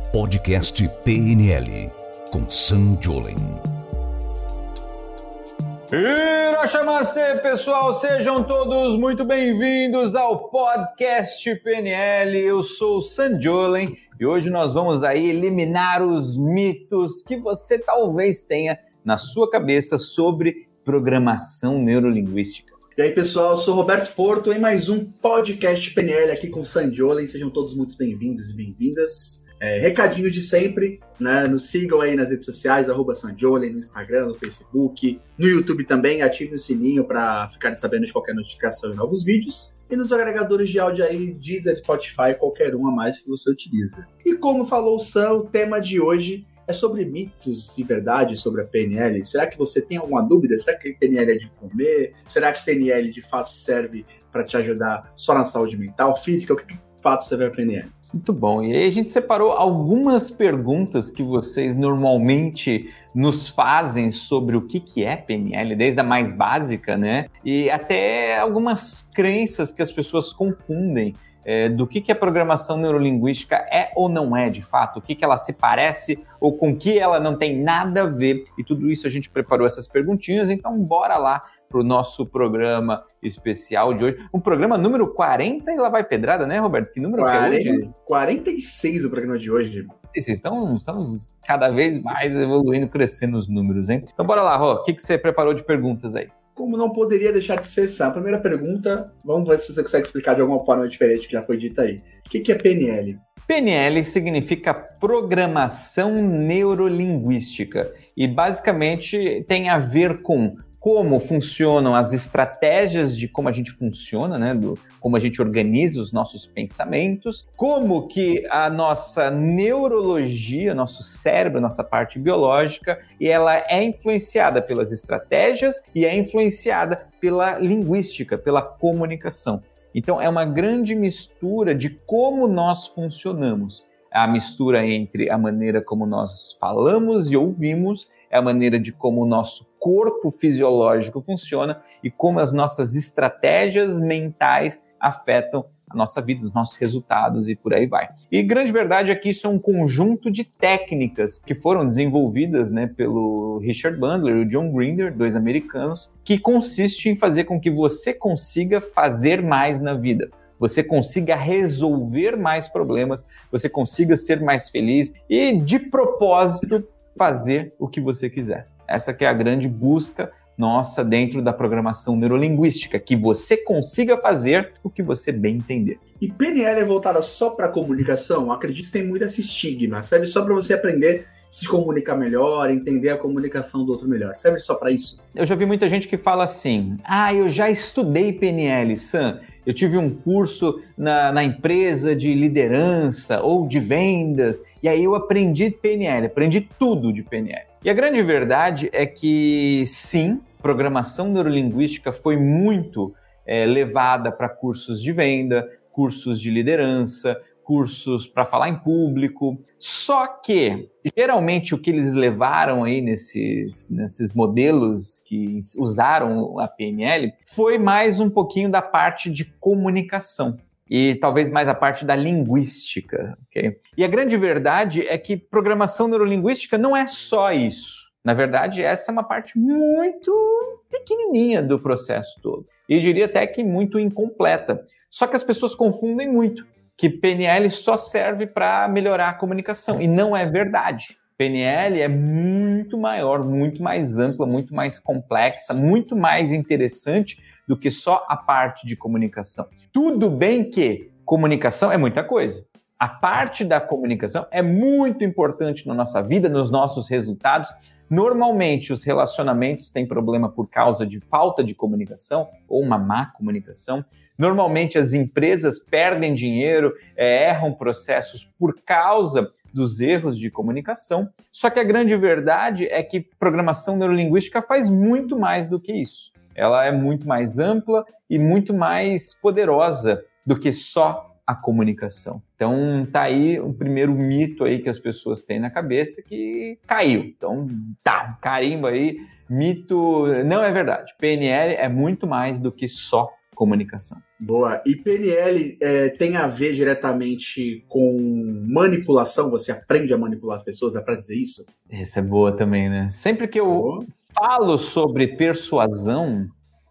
Podcast PNL com Sam Jolen. Irachamacê, pessoal, sejam todos muito bem-vindos ao Podcast PNL. Eu sou o Sam Jolen e hoje nós vamos aí eliminar os mitos que você talvez tenha na sua cabeça sobre programação neurolinguística. E aí, pessoal, eu sou Roberto Porto em mais um Podcast PNL aqui com o Sam Jolen. Sejam todos muito bem-vindos e bem-vindas. Recadinho de sempre, né? Nos sigam aí nas redes sociais, @Sam Jolen, no Instagram, no Facebook, no YouTube também. Ativem o sininho para ficarem sabendo de qualquer notificação e novos vídeos. E nos agregadores de áudio aí, Deezer, Spotify, qualquer um a mais que você utiliza. E como falou o Sam, o tema de hoje é sobre mitos e verdades sobre a PNL. Será que você tem alguma dúvida? Será que PNL é de comer? Será que PNL de fato serve para te ajudar só na saúde mental, física? O que de fato serve a PNL? Muito bom. E aí a gente separou algumas perguntas que vocês normalmente nos fazem sobre o que é PNL, desde a mais básica, né? E até algumas crenças que as pessoas confundem do que a programação neurolinguística é ou não é de fato, o que ela se parece ou com que ela não tem nada a ver. E tudo isso a gente preparou essas perguntinhas, então bora lá para o nosso programa especial de hoje. Um programa número 40 e lá vai pedrada, né, Roberto? Que número 40, que é hoje? 46 o programa de hoje. Estamos cada vez mais evoluindo, crescendo os números, hein? Então bora lá, Rô, o que você preparou de perguntas aí? Como não poderia deixar de ser, Sam, a primeira pergunta, vamos ver se você consegue explicar de alguma forma diferente que já foi dita aí. O que é PNL? PNL significa Programação Neurolinguística e basicamente tem a ver com como funcionam as estratégias de como a gente funciona, né? Como a gente organiza os nossos pensamentos, como que a nossa neurologia, nosso cérebro, nossa parte biológica, e ela é influenciada pelas estratégias e é influenciada pela linguística, pela comunicação. Então, é uma grande mistura de como nós funcionamos. A mistura entre a maneira como nós falamos e ouvimos, é a maneira de como o nosso corpo fisiológico funciona e como as nossas estratégias mentais afetam a nossa vida, os nossos resultados e por aí vai. E grande verdade é que isso é um conjunto de técnicas que foram desenvolvidas, né, pelo Richard Bandler e o John Grinder, dois americanos, que consiste em fazer com que você consiga fazer mais na vida. Você consiga resolver mais problemas, você consiga ser mais feliz e, de propósito, fazer o que você quiser. Essa que é a grande busca nossa dentro da programação neurolinguística, que você consiga fazer o que você bem entender. E PNL é voltada só para comunicação? Acredito que tem muito esse estigma. Serve só para você aprender a se comunicar melhor, entender a comunicação do outro melhor. Serve só para isso? Eu já vi muita gente que fala assim, eu já estudei PNL, Sam. Eu tive um curso na empresa de liderança ou de vendas, e aí eu aprendi PNL, aprendi tudo de PNL. E a grande verdade é que, sim, programação neurolinguística foi muito levada para cursos de venda, cursos de liderança, cursos para falar em público. Só que, geralmente, o que eles levaram aí nesses modelos que usaram a PNL foi mais um pouquinho da parte de comunicação e talvez mais a parte da linguística. Okay? E a grande verdade é que programação neurolinguística não é só isso. Na verdade, essa é uma parte muito pequenininha do processo todo. E diria até que muito incompleta. Só que as pessoas confundem muito que PNL só serve para melhorar a comunicação. E não é verdade. PNL é muito maior, muito mais ampla, muito mais complexa, muito mais interessante do que só a parte de comunicação. Tudo bem que comunicação é muita coisa. A parte da comunicação é muito importante na nossa vida, nos nossos resultados. Normalmente, os relacionamentos têm problema por causa de falta de comunicação ou uma má comunicação. Normalmente, as empresas perdem dinheiro, erram processos por causa dos erros de comunicação. Só que a grande verdade é que programação neurolinguística faz muito mais do que isso. Ela é muito mais ampla e muito mais poderosa do que só a comunicação. Então, tá aí o primeiro mito aí que as pessoas têm na cabeça que caiu. Então, carimba aí, mito não é verdade. PNL é muito mais do que só comunicação. Boa. E PNL tem a ver diretamente com manipulação? Você aprende a manipular as pessoas? Dá para dizer isso? Essa é boa também, né? Sempre que eu falo sobre persuasão,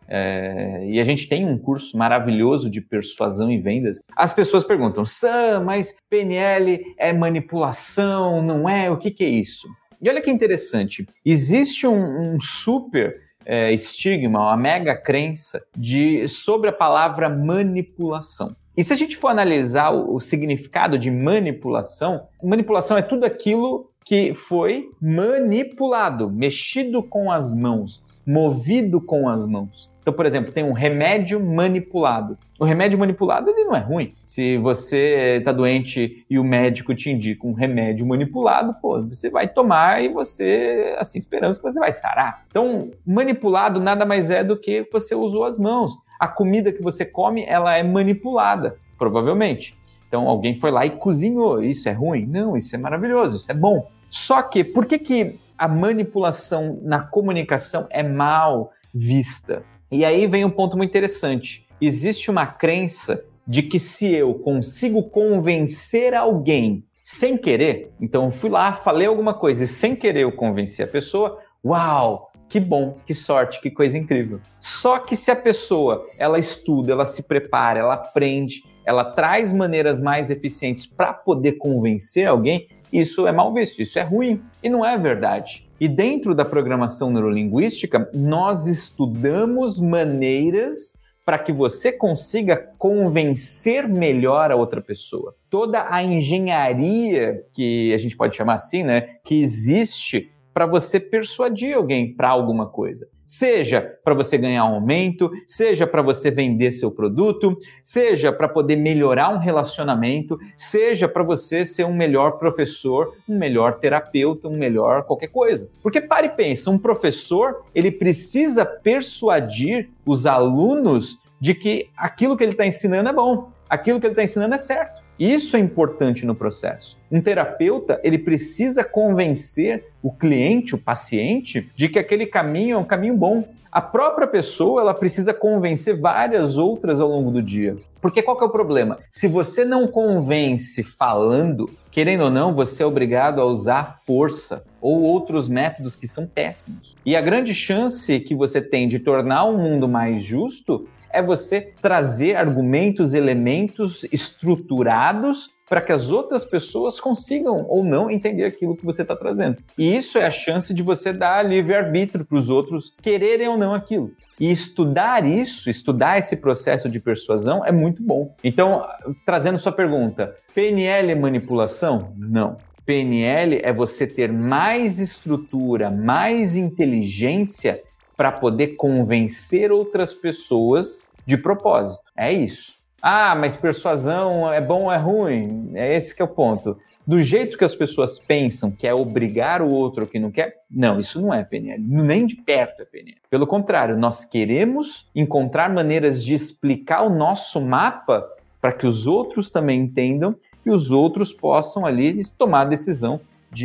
e a gente tem um curso maravilhoso de persuasão e vendas, as pessoas perguntam, Sam, mas PNL é manipulação, não é? O que é isso? E olha que interessante, existe um super estigma, uma mega crença sobre a palavra manipulação. E se a gente for analisar o significado de manipulação é tudo aquilo que foi manipulado, mexido com as mãos, movido com as mãos. Então, por exemplo, tem um remédio manipulado. O remédio manipulado, ele não é ruim. Se você está doente e o médico te indica um remédio manipulado, você vai tomar e você, assim, esperamos que você vai sarar. Então, manipulado nada mais é do que você usou as mãos. A comida que você come, ela é manipulada, provavelmente. Então, alguém foi lá e cozinhou. Isso é ruim? Não, isso é maravilhoso, isso é bom. Só que, por que a manipulação na comunicação é mal vista? E aí vem um ponto muito interessante. Existe uma crença de que se eu consigo convencer alguém sem querer, então eu fui lá, falei alguma coisa e sem querer eu convenci a pessoa, uau, que bom, que sorte, que coisa incrível. Só que se a pessoa, ela estuda, ela se prepara, ela aprende, ela traz maneiras mais eficientes para poder convencer alguém, isso é mal visto, isso é ruim e não é verdade. E dentro da programação neurolinguística, nós estudamos maneiras para que você consiga convencer melhor a outra pessoa. Toda a engenharia, que a gente pode chamar assim, né, que existe para você persuadir alguém para alguma coisa. Seja para você ganhar um aumento, seja para você vender seu produto, seja para poder melhorar um relacionamento, seja para você ser um melhor professor, um melhor terapeuta, um melhor qualquer coisa. Porque para e pensa, um professor, ele precisa persuadir os alunos de que aquilo que ele está ensinando é bom, aquilo que ele está ensinando é certo. Isso é importante no processo. Um terapeuta, ele precisa convencer o cliente, o paciente, de que aquele caminho é um caminho bom. A própria pessoa, ela precisa convencer várias outras ao longo do dia. Porque qual que é o problema? Se você não convence falando, querendo ou não, você é obrigado a usar força ou outros métodos que são péssimos. E a grande chance que você tem de tornar o mundo mais justo é você trazer argumentos, elementos estruturados para que as outras pessoas consigam ou não entender aquilo que você está trazendo. E isso é a chance de você dar livre-arbítrio para os outros quererem ou não aquilo. E estudar isso, estudar esse processo de persuasão é muito bom. Então, trazendo sua pergunta, PNL é manipulação? Não. PNL é você ter mais estrutura, mais inteligência para poder convencer outras pessoas de propósito. É isso. Ah, mas persuasão é bom ou é ruim? É esse que é o ponto. Do jeito que as pessoas pensam, que é obrigar o outro que não quer, não, isso não é PNL. Nem de perto é PNL. Pelo contrário, nós queremos encontrar maneiras de explicar o nosso mapa para que os outros também entendam e os outros possam ali tomar a decisão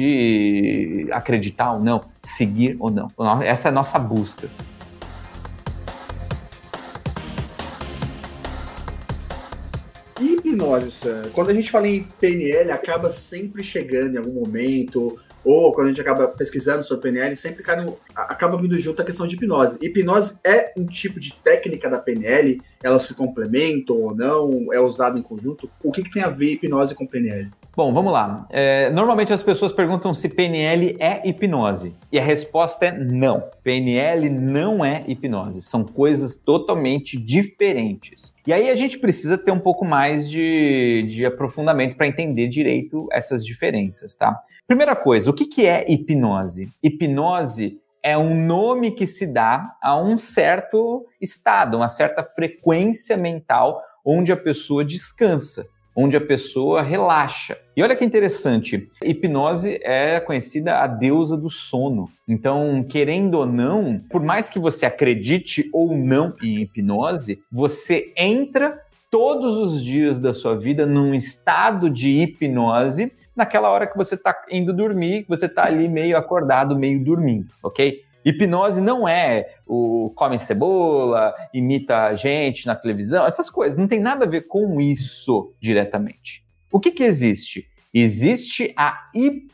de acreditar ou não, seguir ou não. Essa é a nossa busca. E hipnose, quando a gente fala em PNL, acaba sempre chegando em algum momento, ou quando a gente acaba pesquisando sobre PNL, sempre acaba vindo junto a questão de hipnose. Hipnose é um tipo de técnica da PNL? Elas se complementam ou não? É usado em conjunto? O que tem a ver hipnose com PNL? Bom, vamos lá. Normalmente as pessoas perguntam se PNL é hipnose. E a resposta é não. PNL não é hipnose. São coisas totalmente diferentes. E aí a gente precisa ter um pouco mais de aprofundamento para entender direito essas diferenças, tá? Primeira coisa, o que é hipnose? Hipnose é um nome que se dá a um certo estado, uma certa frequência mental onde a pessoa descansa, onde a pessoa relaxa. E olha que interessante, hipnose é conhecida a deusa do sono. Então, querendo ou não, por mais que você acredite ou não em hipnose, você entra todos os dias da sua vida num estado de hipnose, naquela hora que você está indo dormir, que você está ali meio acordado, meio dormindo, ok? Hipnose não é o come cebola, imita a gente na televisão, essas coisas. Não tem nada a ver com isso diretamente. O que existe? Existe a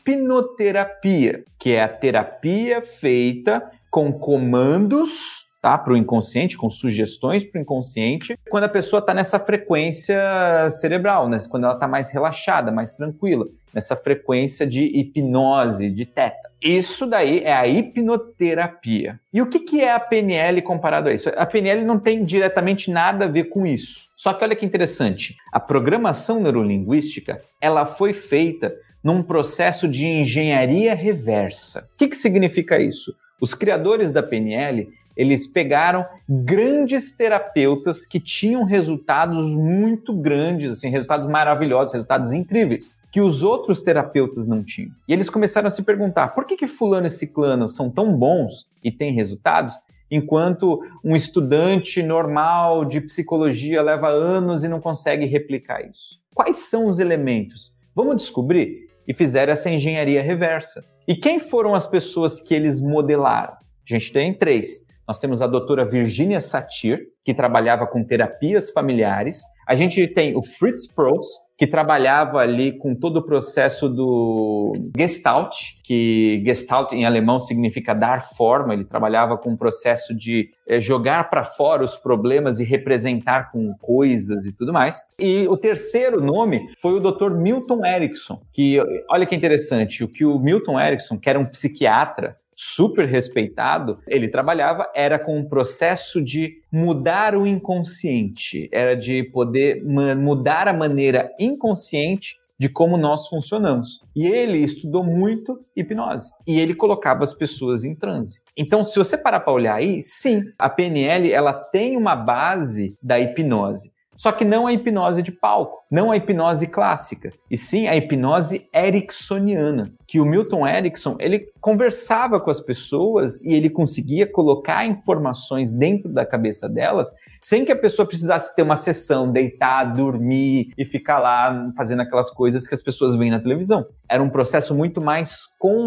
hipnoterapia, que é a terapia feita com comandos, tá, para o inconsciente, com sugestões para o inconsciente, quando a pessoa está nessa frequência cerebral, né? Quando ela está mais relaxada, mais tranquila, nessa frequência de hipnose, de teta. Isso daí é a hipnoterapia. E o que é a PNL comparado a isso? A PNL não tem diretamente nada a ver com isso. Só que olha que interessante, a programação neurolinguística, ela foi feita num processo de engenharia reversa. O que significa isso? Os criadores da PNL, eles pegaram grandes terapeutas que tinham resultados muito grandes, assim, resultados maravilhosos, resultados incríveis, que os outros terapeutas não tinham. E eles começaram a se perguntar, por que fulano e ciclano são tão bons e têm resultados, enquanto um estudante normal de psicologia leva anos e não consegue replicar isso? Quais são os elementos? Vamos descobrir? E fizeram essa engenharia reversa. E quem foram as pessoas que eles modelaram? A gente tem 3. Nós temos a doutora Virginia Satir, que trabalhava com terapias familiares. A gente tem o Fritz Perls, que trabalhava ali com todo o processo do Gestalt, que Gestalt em alemão significa dar forma. Ele trabalhava com o processo de jogar para fora os problemas e representar com coisas e tudo mais. E o terceiro nome foi o Dr. Milton Erickson, que, olha que interessante, o que o Milton Erickson, que era um psiquiatra super respeitado, ele trabalhava, era com um processo de mudar o inconsciente, era de poder mudar a maneira inconsciente de como nós funcionamos. E ele estudou muito hipnose. E ele colocava as pessoas em transe. Então, se você parar para olhar aí, sim, a PNL ela tem uma base da hipnose. Só que não a hipnose de palco, não a hipnose clássica, e sim a hipnose ericksoniana, que o Milton Erickson, ele conversava com as pessoas e ele conseguia colocar informações dentro da cabeça delas, sem que a pessoa precisasse ter uma sessão, deitar, dormir e ficar lá fazendo aquelas coisas que as pessoas veem na televisão. Era um processo muito mais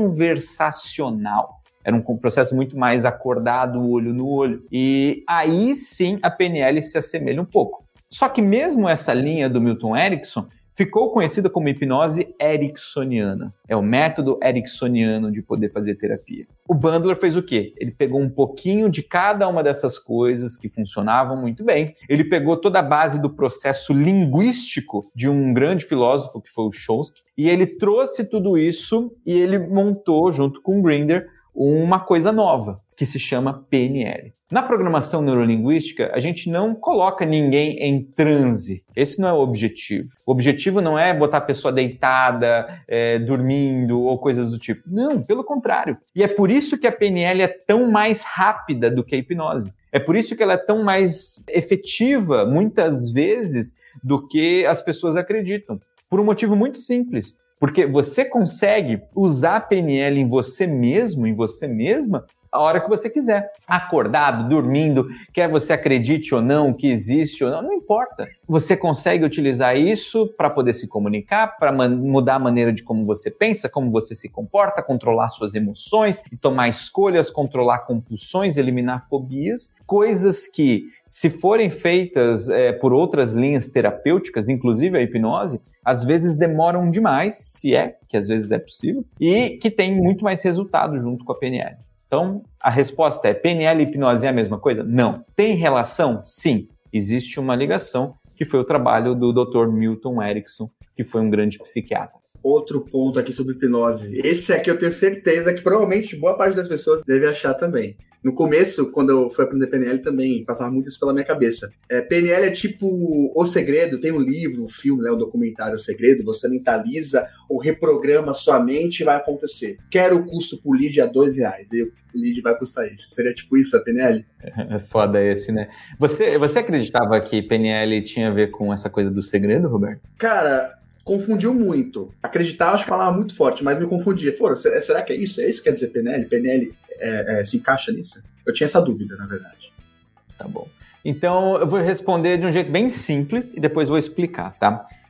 conversacional. Era um processo muito mais acordado, olho no olho. E aí sim a PNL se assemelha um pouco. Só que mesmo essa linha do Milton Erickson ficou conhecida como hipnose ericksoniana. É o método ericksoniano de poder fazer terapia. O Bandler fez o quê? Ele pegou um pouquinho de cada uma dessas coisas que funcionavam muito bem. Ele pegou toda a base do processo linguístico de um grande filósofo, que foi o Chomsky, e ele trouxe tudo isso e ele montou, junto com o Grinder, uma coisa nova, que se chama PNL. Na programação neurolinguística, a gente não coloca ninguém em transe. Esse não é o objetivo. O objetivo não é botar a pessoa deitada, dormindo ou coisas do tipo. Não, pelo contrário. E é por isso que a PNL é tão mais rápida do que a hipnose. É por isso que ela é tão mais efetiva, muitas vezes, do que as pessoas acreditam. Por um motivo muito simples. Porque você consegue usar a PNL em você mesmo, em você mesma, a hora que você quiser. Acordado, dormindo, quer você acredite ou não, que existe ou não, não importa. Você consegue utilizar isso para poder se comunicar, para mudar a maneira de como você pensa, como você se comporta, controlar suas emoções, tomar escolhas, controlar compulsões, eliminar fobias. Coisas que, se forem feitas por outras linhas terapêuticas, inclusive a hipnose, às vezes demoram demais, se é, que às vezes é possível, e que tem muito mais resultado junto com a PNL. Então, a resposta é: PNL e hipnose é a mesma coisa? Não. Tem relação? Sim. Existe uma ligação, que foi o trabalho do Dr. Milton Erickson, que foi um grande psiquiatra. Outro ponto aqui sobre hipnose. Esse aqui eu tenho certeza que provavelmente boa parte das pessoas deve achar também. No começo, quando eu fui aprender PNL, também passava muito isso pela minha cabeça. PNL é tipo O Segredo, tem um livro, um filme, né, o documentário O Segredo, você mentaliza ou reprograma sua mente e vai acontecer. Quero o custo por lead a R$2, e o lead vai custar isso. Seria tipo isso a PNL? É foda esse, né? Você acreditava que PNL tinha a ver com essa coisa do segredo, Roberto? Cara, confundiu muito. Acreditar, acho que falava muito forte, mas me confundia. Será que é isso? É isso que quer dizer PNL? PNL se encaixa nisso? Eu tinha essa dúvida, na verdade. Tá bom. Então, eu vou responder de um jeito bem simples e depois vou explicar, tá?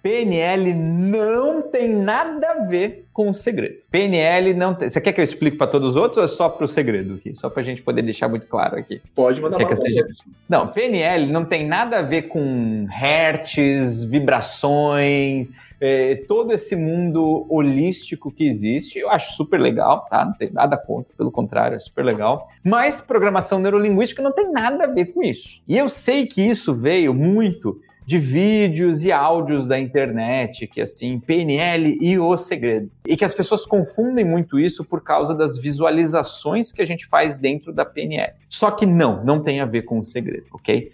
PNL não tem nada a ver com o segredo. PNL não tem... Você quer que eu explique para todos os outros ou é só para o segredo aqui? Só para a gente poder deixar muito claro aqui. Pode mandar para seja... Não, PNL não tem nada a ver com hertz, vibrações, todo esse mundo holístico que existe. Eu acho super legal, tá? Não tem nada contra, pelo contrário, é super legal. Mas programação neurolinguística não tem nada a ver com isso. E eu sei que isso veio muito de vídeos e áudios da internet, que assim, PNL e o segredo. E que as pessoas confundem muito isso por causa das visualizações que a gente faz dentro da PNL. Só que não tem a ver com o segredo, ok?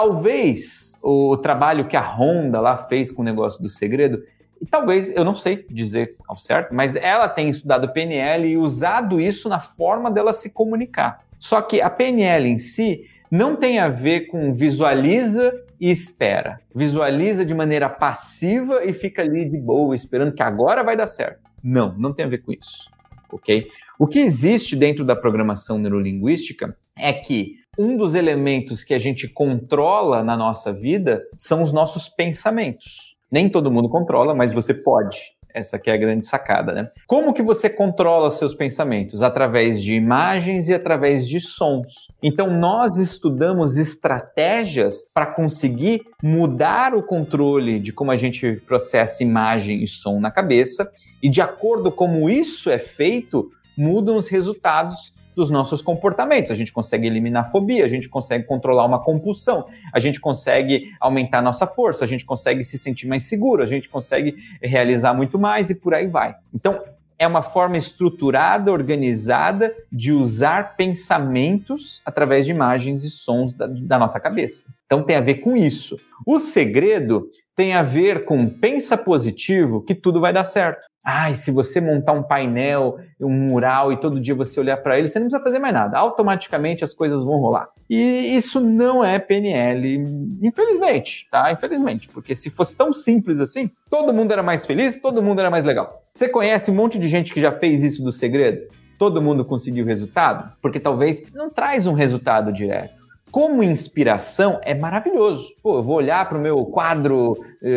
Talvez o trabalho que a Honda lá fez com o negócio do segredo, e talvez, eu não sei dizer ao certo, mas ela tem estudado PNL e usado isso na forma dela se comunicar. Só que a PNL em si não tem a ver com visualiza e espera. Visualiza de maneira passiva e fica ali de boa, esperando que agora vai dar certo. Não tem a ver com isso, ok? O que existe dentro da programação neurolinguística é que um dos elementos que a gente controla na nossa vida são os nossos pensamentos. Nem todo mundo controla, mas você pode. Essa que é a grande sacada, né? Como que você controla seus pensamentos? Através de imagens e através de sons. Então, nós estudamos estratégias para conseguir mudar o controle de como a gente processa imagem e som na cabeça e, de acordo com como isso é feito, mudam os resultados dos nossos comportamentos. A gente consegue eliminar a fobia, a gente consegue controlar uma compulsão, a gente consegue aumentar a nossa força, a gente consegue se sentir mais seguro, a gente consegue realizar muito mais e por aí vai. Então, é uma forma estruturada, organizada de usar pensamentos através de imagens e sons da nossa cabeça. Então, tem a ver com isso. O segredo tem a ver com pensa positivo que tudo vai dar certo. E se você montar um painel, um mural e todo dia você olhar para ele, você não precisa fazer mais nada. Automaticamente as coisas vão rolar. E isso não é PNL, infelizmente, tá? Infelizmente. Porque se fosse tão simples assim, todo mundo era mais feliz, todo mundo era mais legal. Você conhece um monte de gente que já fez isso do segredo? Todo mundo conseguiu resultado? Porque talvez não traz um resultado direto. Como inspiração, é maravilhoso. Eu vou olhar para o meu quadro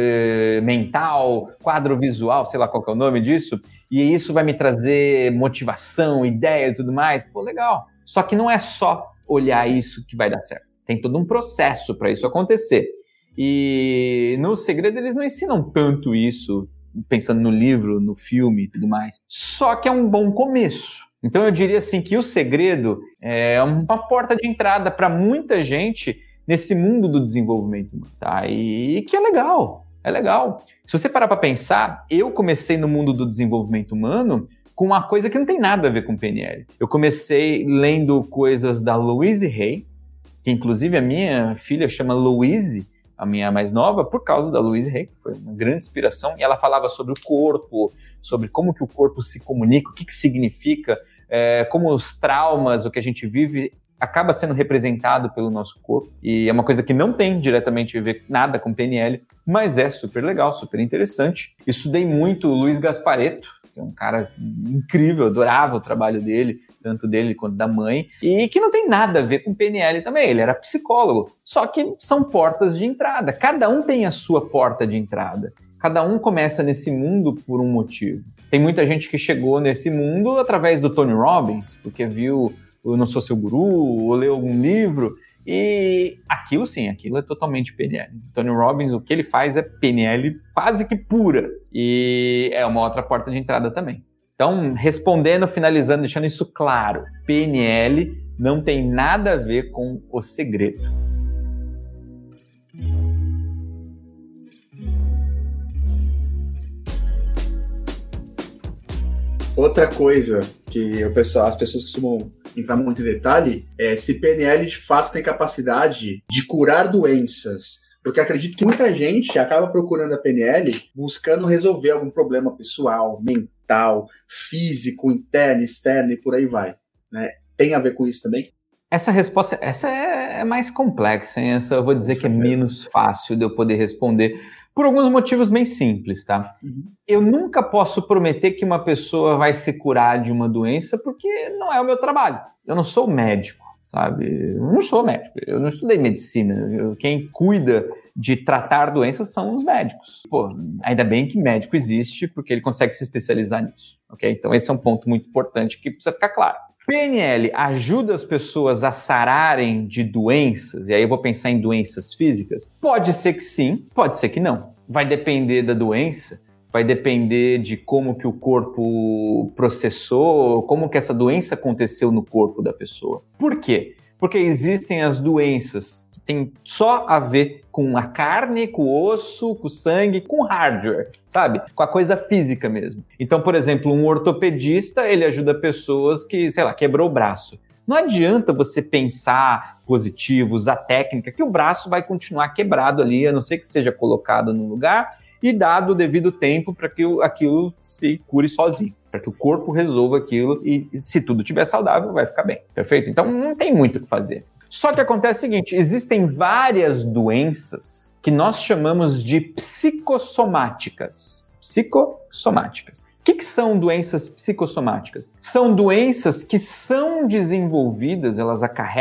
mental, quadro visual, sei lá qual que é o nome disso, e isso vai me trazer motivação, ideias e tudo mais. Legal. Só que não é só olhar isso que vai dar certo. Tem todo um processo para isso acontecer. E no segredo eles não ensinam tanto isso, pensando no livro, no filme e tudo mais. Só que é um bom começo. Então eu diria assim que o segredo é uma porta de entrada para muita gente nesse mundo do desenvolvimento humano, tá? E que é legal. Se você parar para pensar, eu comecei no mundo do desenvolvimento humano com uma coisa que não tem nada a ver com PNL. Eu comecei lendo coisas da Louise Hay, que inclusive a minha filha chama Louise, a minha mais nova, por causa da Louise Hay, que foi uma grande inspiração, e ela falava sobre o corpo, sobre como que o corpo se comunica, o que significa, como os traumas, o que a gente vive, acaba sendo representado pelo nosso corpo, e é uma coisa que não tem diretamente a ver nada com PNL, mas é super legal, super interessante. Estudei muito o Luiz Gasparetto, que é um cara incrível, adorava o trabalho dele, tanto dele quanto da mãe, e que não tem nada a ver com PNL também, ele era psicólogo, só que são portas de entrada, cada um tem a sua porta de entrada, cada um começa nesse mundo por um motivo. Tem muita gente que chegou nesse mundo através do Tony Robbins, porque viu Eu Não Sou Seu Guru, ou leu algum livro, e aquilo sim, aquilo é totalmente PNL. Tony Robbins, o que ele faz é PNL quase que pura, e é uma outra porta de entrada também. Então, respondendo, finalizando, deixando isso claro, PNL não tem nada a ver com o segredo. Outra coisa que as pessoas costumam entrar muito em detalhe é se PNL de fato tem capacidade de curar doenças. Porque acredito que muita gente acaba procurando a PNL buscando resolver algum problema pessoal, mental, físico, interno, externo e por aí vai, né? Tem a ver com isso também? Essa resposta, essa é mais complexa, hein? Essa eu vou dizer que é menos fácil de eu poder responder, por alguns motivos bem simples, tá? Eu nunca posso prometer que uma pessoa vai se curar de uma doença porque não é o meu trabalho. Eu não sou médico, sabe? Eu não sou médico, eu não estudei medicina. Quem cuida de tratar doenças são os médicos. Pô, ainda bem que médico existe, porque ele consegue se especializar nisso, ok? Então esse é um ponto muito importante que precisa ficar claro. PNL ajuda as pessoas a sararem de doenças, e aí eu vou pensar em doenças físicas? Pode ser que sim, pode ser que não. Vai depender da doença, vai depender de como que o corpo processou, como que essa doença aconteceu no corpo da pessoa. Por quê? Porque existem as doenças que têm só a ver com a carne, com o osso, com o sangue, com o hardware, sabe? Com a coisa física mesmo. Então, por exemplo, um ortopedista, ele ajuda pessoas que, sei lá, quebrou o braço. Não adianta você pensar positivo, usar técnica, que o braço vai continuar quebrado ali, a não ser que seja colocado no lugar e dado o devido tempo para que aquilo se cure sozinho, para que o corpo resolva aquilo e se tudo estiver saudável, vai ficar bem, perfeito? Então não tem muito o que fazer. Só que acontece o seguinte, existem várias doenças que nós chamamos de psicossomáticas. Psicossomáticas. O que são doenças psicossomáticas? São doenças que são desenvolvidas, elas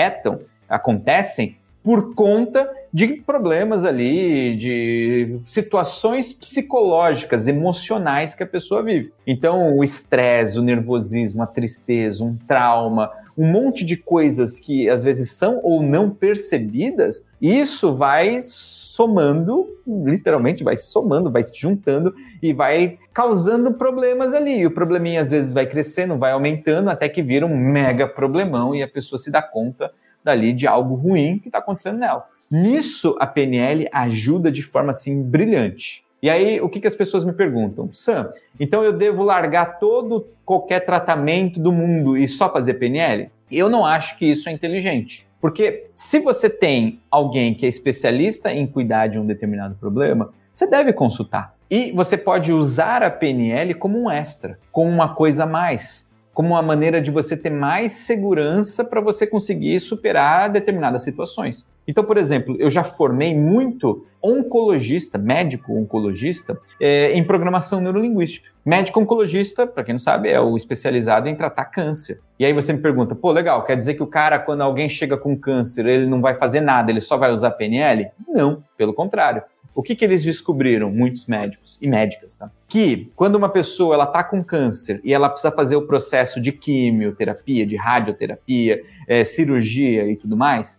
acontecem por conta de problemas ali, de situações psicológicas, emocionais que a pessoa vive. Então, o estresse, o nervosismo, a tristeza, um trauma, um monte de coisas que às vezes são ou não percebidas, isso vai somando, literalmente vai somando, vai se juntando e vai causando problemas ali. E o probleminha às vezes vai crescendo, vai aumentando, até que vira um mega problemão e a pessoa se dá conta dali de algo ruim que está acontecendo nela. Nisso, a PNL ajuda de forma, assim, brilhante. E aí, o que as pessoas me perguntam? Sam, então eu devo largar qualquer tratamento do mundo e só fazer PNL? Eu não acho que isso é inteligente. Porque se você tem alguém que é especialista em cuidar de um determinado problema, você deve consultar. E você pode usar a PNL como um extra, como uma coisa a mais, como uma maneira de você ter mais segurança para você conseguir superar determinadas situações. Então, por exemplo, eu já formei muito oncologista, médico oncologista, em programação neurolinguística. Médico oncologista, para quem não sabe, é o especializado em tratar câncer. E aí você me pergunta, pô, legal, quer dizer que o cara, quando alguém chega com câncer, ele não vai fazer nada, ele só vai usar PNL? Não, pelo contrário. O que eles descobriram, muitos médicos e médicas, tá? Que quando uma pessoa está com câncer e ela precisa fazer o processo de quimioterapia, de radioterapia, cirurgia e tudo mais,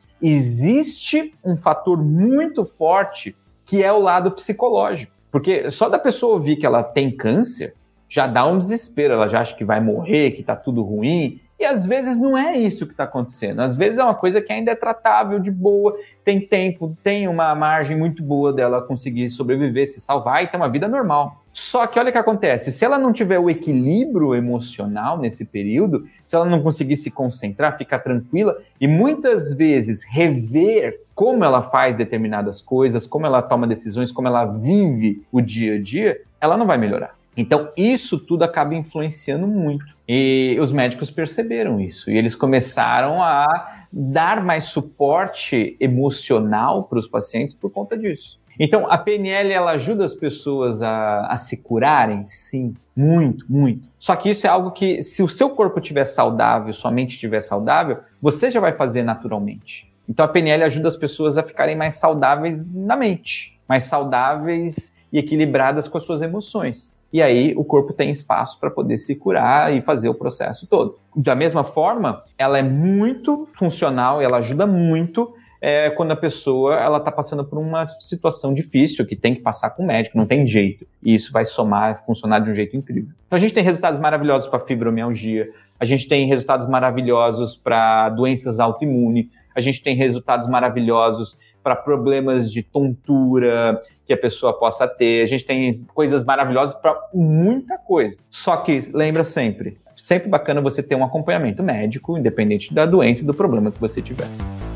existe um fator muito forte que é o lado psicológico. Porque só da pessoa ouvir que ela tem câncer, já dá um desespero, ela já acha que vai morrer, que está tudo ruim. E às vezes não é isso que está acontecendo. Às vezes é uma coisa que ainda é tratável, de boa, tem tempo, tem uma margem muito boa dela conseguir sobreviver, se salvar e ter uma vida normal. Só que olha o que acontece, se ela não tiver o equilíbrio emocional nesse período, se ela não conseguir se concentrar, ficar tranquila e muitas vezes rever como ela faz determinadas coisas, como ela toma decisões, como ela vive o dia a dia, ela não vai melhorar. Então, isso tudo acaba influenciando muito. E os médicos perceberam isso. E eles começaram a dar mais suporte emocional para os pacientes por conta disso. Então, a PNL, ela ajuda as pessoas a se curarem? Sim, muito, muito. Só que isso é algo que, se o seu corpo estiver saudável, sua mente estiver saudável, você já vai fazer naturalmente. Então, a PNL ajuda as pessoas a ficarem mais saudáveis na mente, mais saudáveis e equilibradas com as suas emoções. E aí o corpo tem espaço para poder se curar e fazer o processo todo. Da mesma forma, ela é muito funcional e ela ajuda muito quando a pessoa está passando por uma situação difícil, que tem que passar com o médico, não tem jeito. E isso vai funcionar de um jeito incrível. Então a gente tem resultados maravilhosos para fibromialgia, a gente tem resultados maravilhosos para doenças autoimunes, a gente tem resultados maravilhosos para problemas de tontura que a pessoa possa ter. A gente tem coisas maravilhosas para muita coisa. Só que, lembra sempre bacana você ter um acompanhamento médico, independente da doença e do problema que você tiver.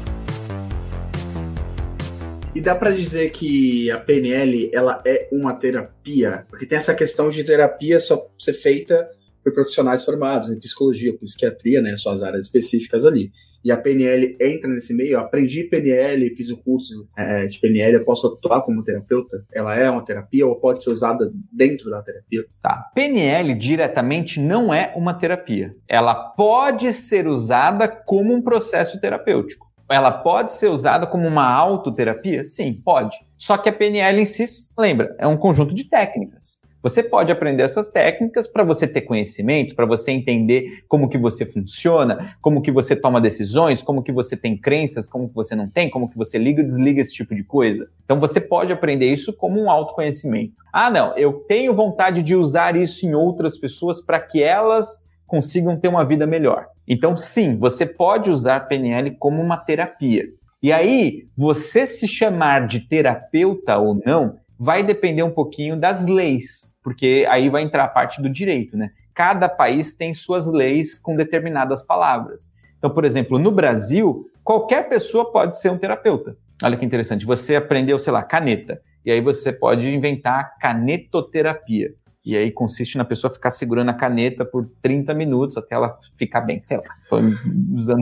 E dá para dizer que a PNL, ela é uma terapia? Porque tem essa questão de terapia só ser feita por profissionais formados em psicologia, psiquiatria, né, suas áreas específicas ali. E a PNL entra nesse meio. Eu aprendi PNL, fiz um curso de PNL, eu posso atuar como terapeuta? Ela é uma terapia ou pode ser usada dentro da terapia? Tá. PNL diretamente não é uma terapia. Ela pode ser usada como um processo terapêutico. Ela pode ser usada como uma autoterapia? Sim, pode. Só que a PNL em si, lembra, é um conjunto de técnicas. Você pode aprender essas técnicas para você ter conhecimento, para você entender como que você funciona, como que você toma decisões, como que você tem crenças, como que você não tem, como que você liga e desliga esse tipo de coisa. Então você pode aprender isso como um autoconhecimento. Ah, não, eu tenho vontade de usar isso em outras pessoas para que elas consigam ter uma vida melhor. Então sim, você pode usar PNL como uma terapia. E aí, você se chamar de terapeuta ou não, vai depender um pouquinho das leis, porque aí vai entrar a parte do direito, né? Cada país tem suas leis com determinadas palavras. Então, por exemplo, no Brasil, qualquer pessoa pode ser um terapeuta. Olha que interessante, você aprendeu, sei lá, caneta, e aí você pode inventar canetoterapia. E aí consiste na pessoa ficar segurando a caneta por 30 minutos até ela ficar bem, sei lá. Estou usando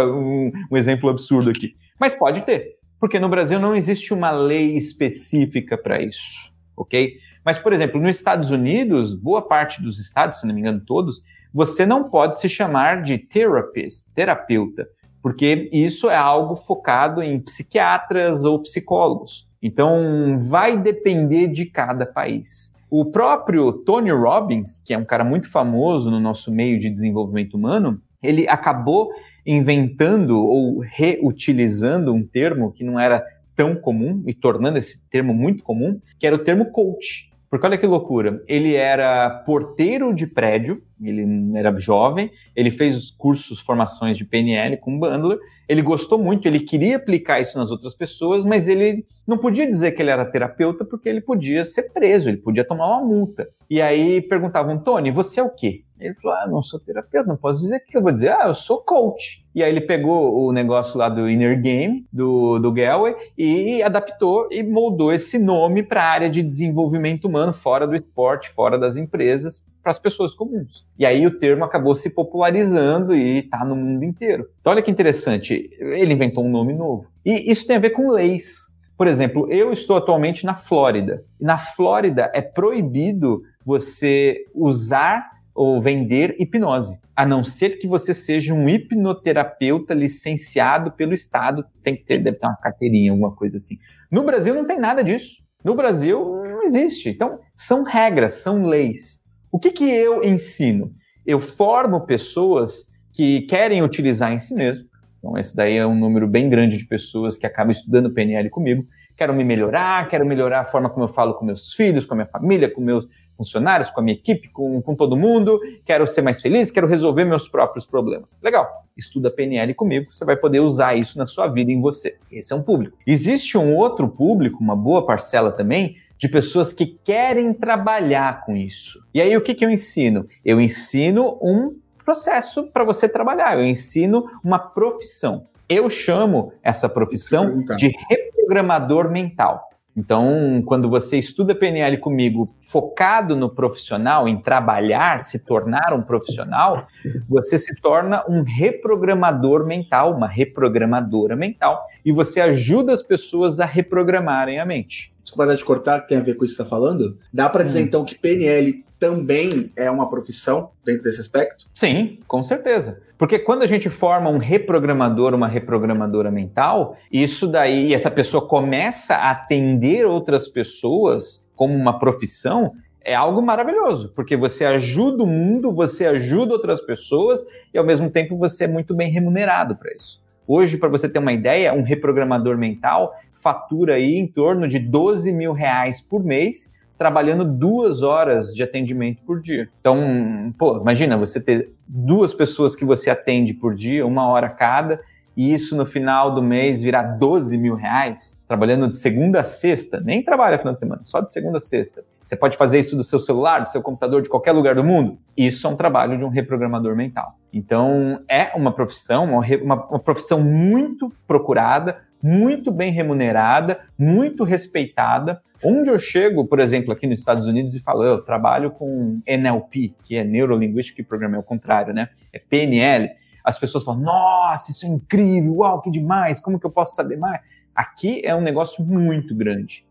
um exemplo absurdo aqui. Mas pode ter. Porque no Brasil não existe uma lei específica para isso, ok? Mas, por exemplo, nos Estados Unidos, boa parte dos estados, se não me engano todos, você não pode se chamar de therapist, terapeuta, porque isso é algo focado em psiquiatras ou psicólogos. Então, vai depender de cada país. O próprio Tony Robbins, que é um cara muito famoso no nosso meio de desenvolvimento humano, ele acabou inventando ou reutilizando um termo que não era tão comum e tornando esse termo muito comum, que era o termo coach. Porque olha que loucura, ele era porteiro de prédio, ele era jovem, ele fez cursos, formações de PNL com Bandler, ele gostou muito, ele queria aplicar isso nas outras pessoas, mas ele não podia dizer que ele era terapeuta porque ele podia ser preso, ele podia tomar uma multa. E aí perguntavam, Tony, você é o quê? Ele falou, não sou terapeuta, não posso dizer o que eu vou dizer. Eu sou coach. E aí ele pegou o negócio lá do Inner Game, do Galway, e adaptou e moldou esse nome para a área de desenvolvimento humano, fora do esporte, fora das empresas, para as pessoas comuns. E aí o termo acabou se popularizando e está no mundo inteiro. Então olha que interessante, ele inventou um nome novo. E isso tem a ver com leis. Por exemplo, eu estou atualmente na Flórida. E na Flórida é proibido você usar ou vender hipnose, a não ser que você seja um hipnoterapeuta licenciado pelo Estado, deve ter uma carteirinha, alguma coisa assim. No Brasil não tem nada disso. No Brasil não existe. Então, são regras, são leis. O que eu ensino? Eu formo pessoas que querem utilizar em si mesmo. Então, esse daí é um número bem grande de pessoas que acabam estudando PNL comigo. Quero me melhorar, quero melhorar a forma como eu falo com meus filhos, com a minha família, com meus funcionários, com a minha equipe, com todo mundo, quero ser mais feliz, quero resolver meus próprios problemas. Legal, estuda PNL comigo, você vai poder usar isso na sua vida, em você. Esse é um público. Existe um outro público, uma boa parcela também, de pessoas que querem trabalhar com isso. E aí o que eu ensino? Eu ensino um processo para você trabalhar, eu ensino uma profissão. Eu chamo essa profissão de reprogramador mental. Então, quando você estuda PNL comigo focado no profissional, em trabalhar, se tornar um profissional, você se torna um reprogramador mental, uma reprogramadora mental, e você ajuda as pessoas a reprogramarem a mente. Desculpa te cortar, que tem a ver com isso que você está falando. Dá para dizer, então, que PNL também é uma profissão dentro desse aspecto? Sim, com certeza. Porque quando a gente forma um reprogramador, uma reprogramadora mental, isso daí, essa pessoa começa a atender outras pessoas como uma profissão, é algo maravilhoso, porque você ajuda o mundo, você ajuda outras pessoas e ao mesmo tempo você é muito bem remunerado para isso. Hoje, para você ter uma ideia, um reprogramador mental fatura aí em torno de R$12 mil por mês, trabalhando 2 horas de atendimento por dia. Então, imagina você ter 2 pessoas que você atende por dia, 1 hora cada, e isso no final do mês virar R$12 mil, trabalhando de segunda a sexta, nem trabalha final de semana, só de segunda a sexta. Você pode fazer isso do seu celular, do seu computador, de qualquer lugar do mundo. Isso é um trabalho de um reprogramador mental. Então, é uma profissão, uma profissão muito procurada, muito bem remunerada, muito respeitada. Onde eu chego, por exemplo, aqui nos Estados Unidos e falo, eu trabalho com NLP, que é Neuro Linguistic Programming, é o contrário, né? É PNL. As pessoas falam, nossa, isso é incrível, uau, que demais, como que eu posso saber mais? Aqui é um negócio muito grande.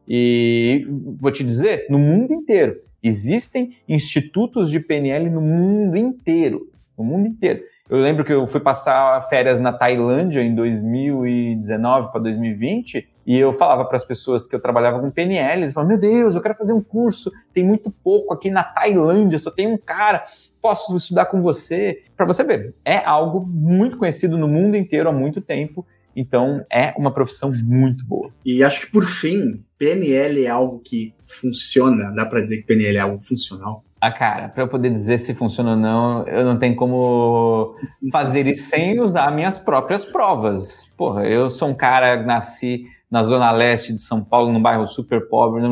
E vou te dizer, no mundo inteiro, existem institutos de PNL no mundo inteiro. No mundo inteiro. Eu lembro que eu fui passar férias na Tailândia em 2019 para 2020 e eu falava para as pessoas que eu trabalhava com PNL, eles falavam, meu Deus, eu quero fazer um curso, tem muito pouco aqui na Tailândia, só tem um cara, posso estudar com você? Para você ver, é algo muito conhecido no mundo inteiro há muito tempo, então é uma profissão muito boa. E acho que por fim, PNL é algo que funciona, dá para dizer que PNL é algo funcional? Cara, para eu poder dizer se funciona ou não, eu não tenho como fazer isso sem usar minhas próprias provas. Porra, eu sou um cara que nasci na zona leste de São Paulo, num bairro super pobre,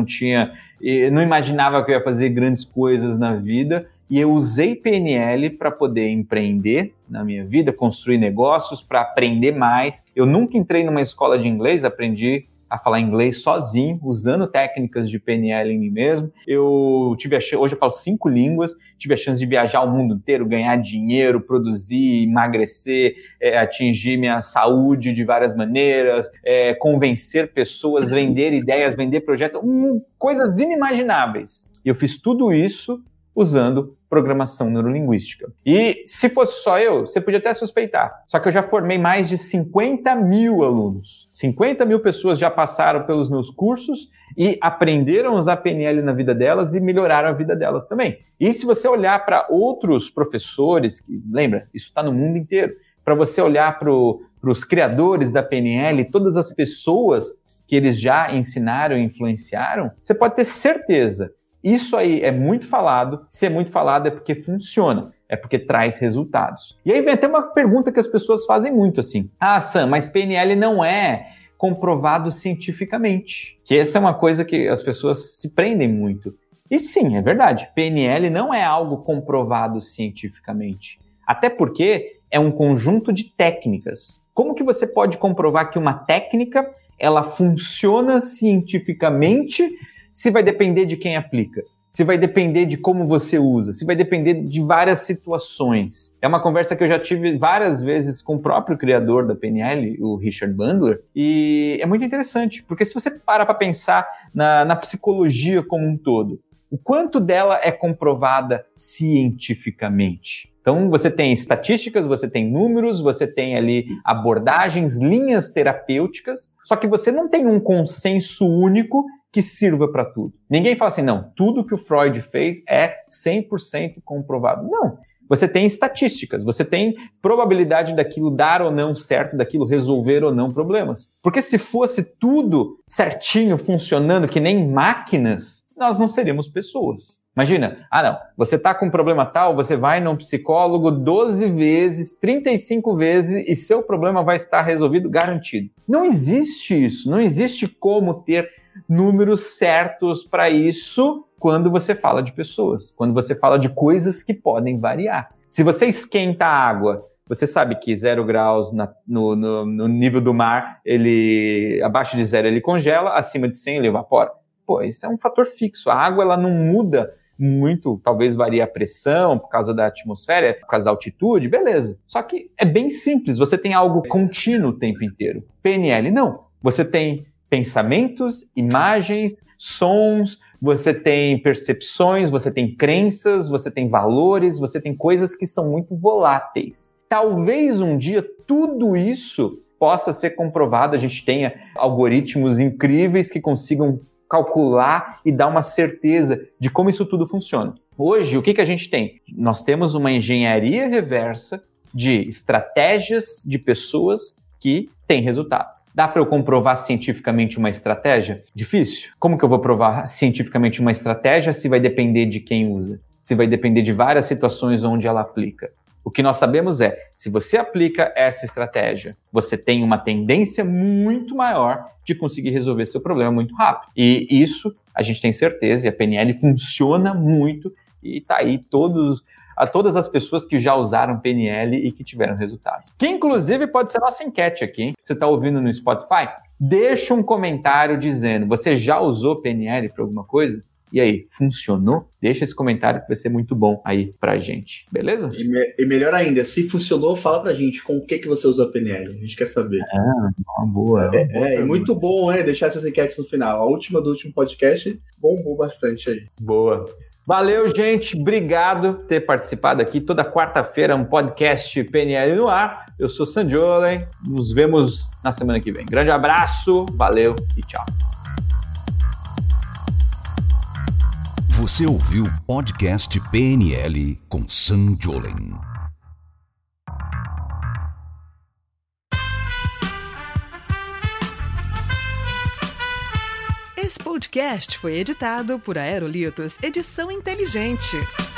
não imaginava que eu ia fazer grandes coisas na vida, e eu usei PNL para poder empreender na minha vida, construir negócios, para aprender mais. Eu nunca entrei numa escola de inglês, aprendi a falar inglês sozinho, usando técnicas de PNL em mim mesmo. Hoje eu falo 5 línguas, tive a chance de viajar o mundo inteiro, ganhar dinheiro, produzir, emagrecer, atingir minha saúde de várias maneiras, convencer pessoas, vender ideias, vender projetos, coisas inimagináveis. E eu fiz tudo isso usando programação neurolinguística. E se fosse só eu, você podia até suspeitar. Só que eu já formei mais de 50 mil alunos. 50 mil pessoas já passaram pelos meus cursos e aprenderam a usar PNL na vida delas e melhoraram a vida delas também. E se você olhar para outros professores, que lembra, isso está no mundo inteiro, para você olhar para os criadores da PNL, todas as pessoas que eles já ensinaram e influenciaram, você pode ter certeza. Isso aí é muito falado, se é muito falado é porque funciona, é porque traz resultados. E aí vem até uma pergunta que as pessoas fazem muito assim, Sam, mas PNL não é comprovado cientificamente, que essa é uma coisa que as pessoas se prendem muito. E sim, é verdade, PNL não é algo comprovado cientificamente, até porque é um conjunto de técnicas. Como que você pode comprovar que uma técnica, ela funciona cientificamente, se vai depender de quem aplica, se vai depender de como você usa, se vai depender de várias situações. É uma conversa que eu já tive várias vezes com o próprio criador da PNL, o Richard Bandler, e é muito interessante, porque se você para pensar na psicologia como um todo, o quanto dela é comprovada cientificamente? Então, você tem estatísticas, você tem números, você tem ali abordagens, linhas terapêuticas, só que você não tem um consenso único que sirva para tudo. Ninguém fala assim, não, tudo que o Freud fez é 100% comprovado. Não, você tem estatísticas, você tem probabilidade daquilo dar ou não certo, daquilo resolver ou não problemas. Porque se fosse tudo certinho, funcionando, que nem máquinas, nós não seríamos pessoas. Imagina, não, você está com um problema tal, você vai num psicólogo 12 vezes, 35 vezes e seu problema vai estar resolvido garantido. Não existe isso, não existe como ter números certos para isso quando você fala de pessoas, quando você fala de coisas que podem variar. Se você esquenta a água, você sabe que 0 graus no nível do mar, abaixo de 0 ele congela, acima de 100 ele evapora. Pô, isso é um fator fixo. A água ela não muda muito, talvez varie a pressão por causa da atmosfera, por causa da altitude, beleza. Só que é bem simples, você tem algo contínuo o tempo inteiro. PNL não. Você tem pensamentos, imagens, sons, você tem percepções, você tem crenças, você tem valores, você tem coisas que são muito voláteis. Talvez um dia tudo isso possa ser comprovado, a gente tenha algoritmos incríveis que consigam calcular e dar uma certeza de como isso tudo funciona. Hoje, o que a gente tem? Nós temos uma engenharia reversa de estratégias de pessoas que têm resultado. Dá para eu comprovar cientificamente uma estratégia? Difícil. Como que eu vou provar cientificamente uma estratégia se vai depender de quem usa? Se vai depender de várias situações onde ela aplica? O que nós sabemos é, se você aplica essa estratégia, você tem uma tendência muito maior de conseguir resolver seu problema muito rápido. E isso a gente tem certeza, e a PNL funciona muito, e está aí todas as pessoas que já usaram PNL e que tiveram resultado. Que inclusive pode ser nossa enquete aqui, hein? Você está ouvindo no Spotify? Deixa um comentário dizendo, você já usou PNL para alguma coisa? E aí, funcionou? Deixa esse comentário que vai ser muito bom aí pra gente, beleza? E melhor ainda, se funcionou, fala pra gente com o que você usou a PNL, a gente quer saber. Uma boa. E muito bom, deixar essas enquetes no final. A última do último podcast bombou bastante aí. Boa. Valeu, gente. Obrigado por ter participado aqui. Toda quarta-feira um podcast PNL no ar. Eu sou Sandiolen. Nos vemos na semana que vem. Grande abraço, valeu e tchau. Você ouviu o podcast PNL com Sandiolen. Esse podcast foi editado por Aerolitos Edição Inteligente.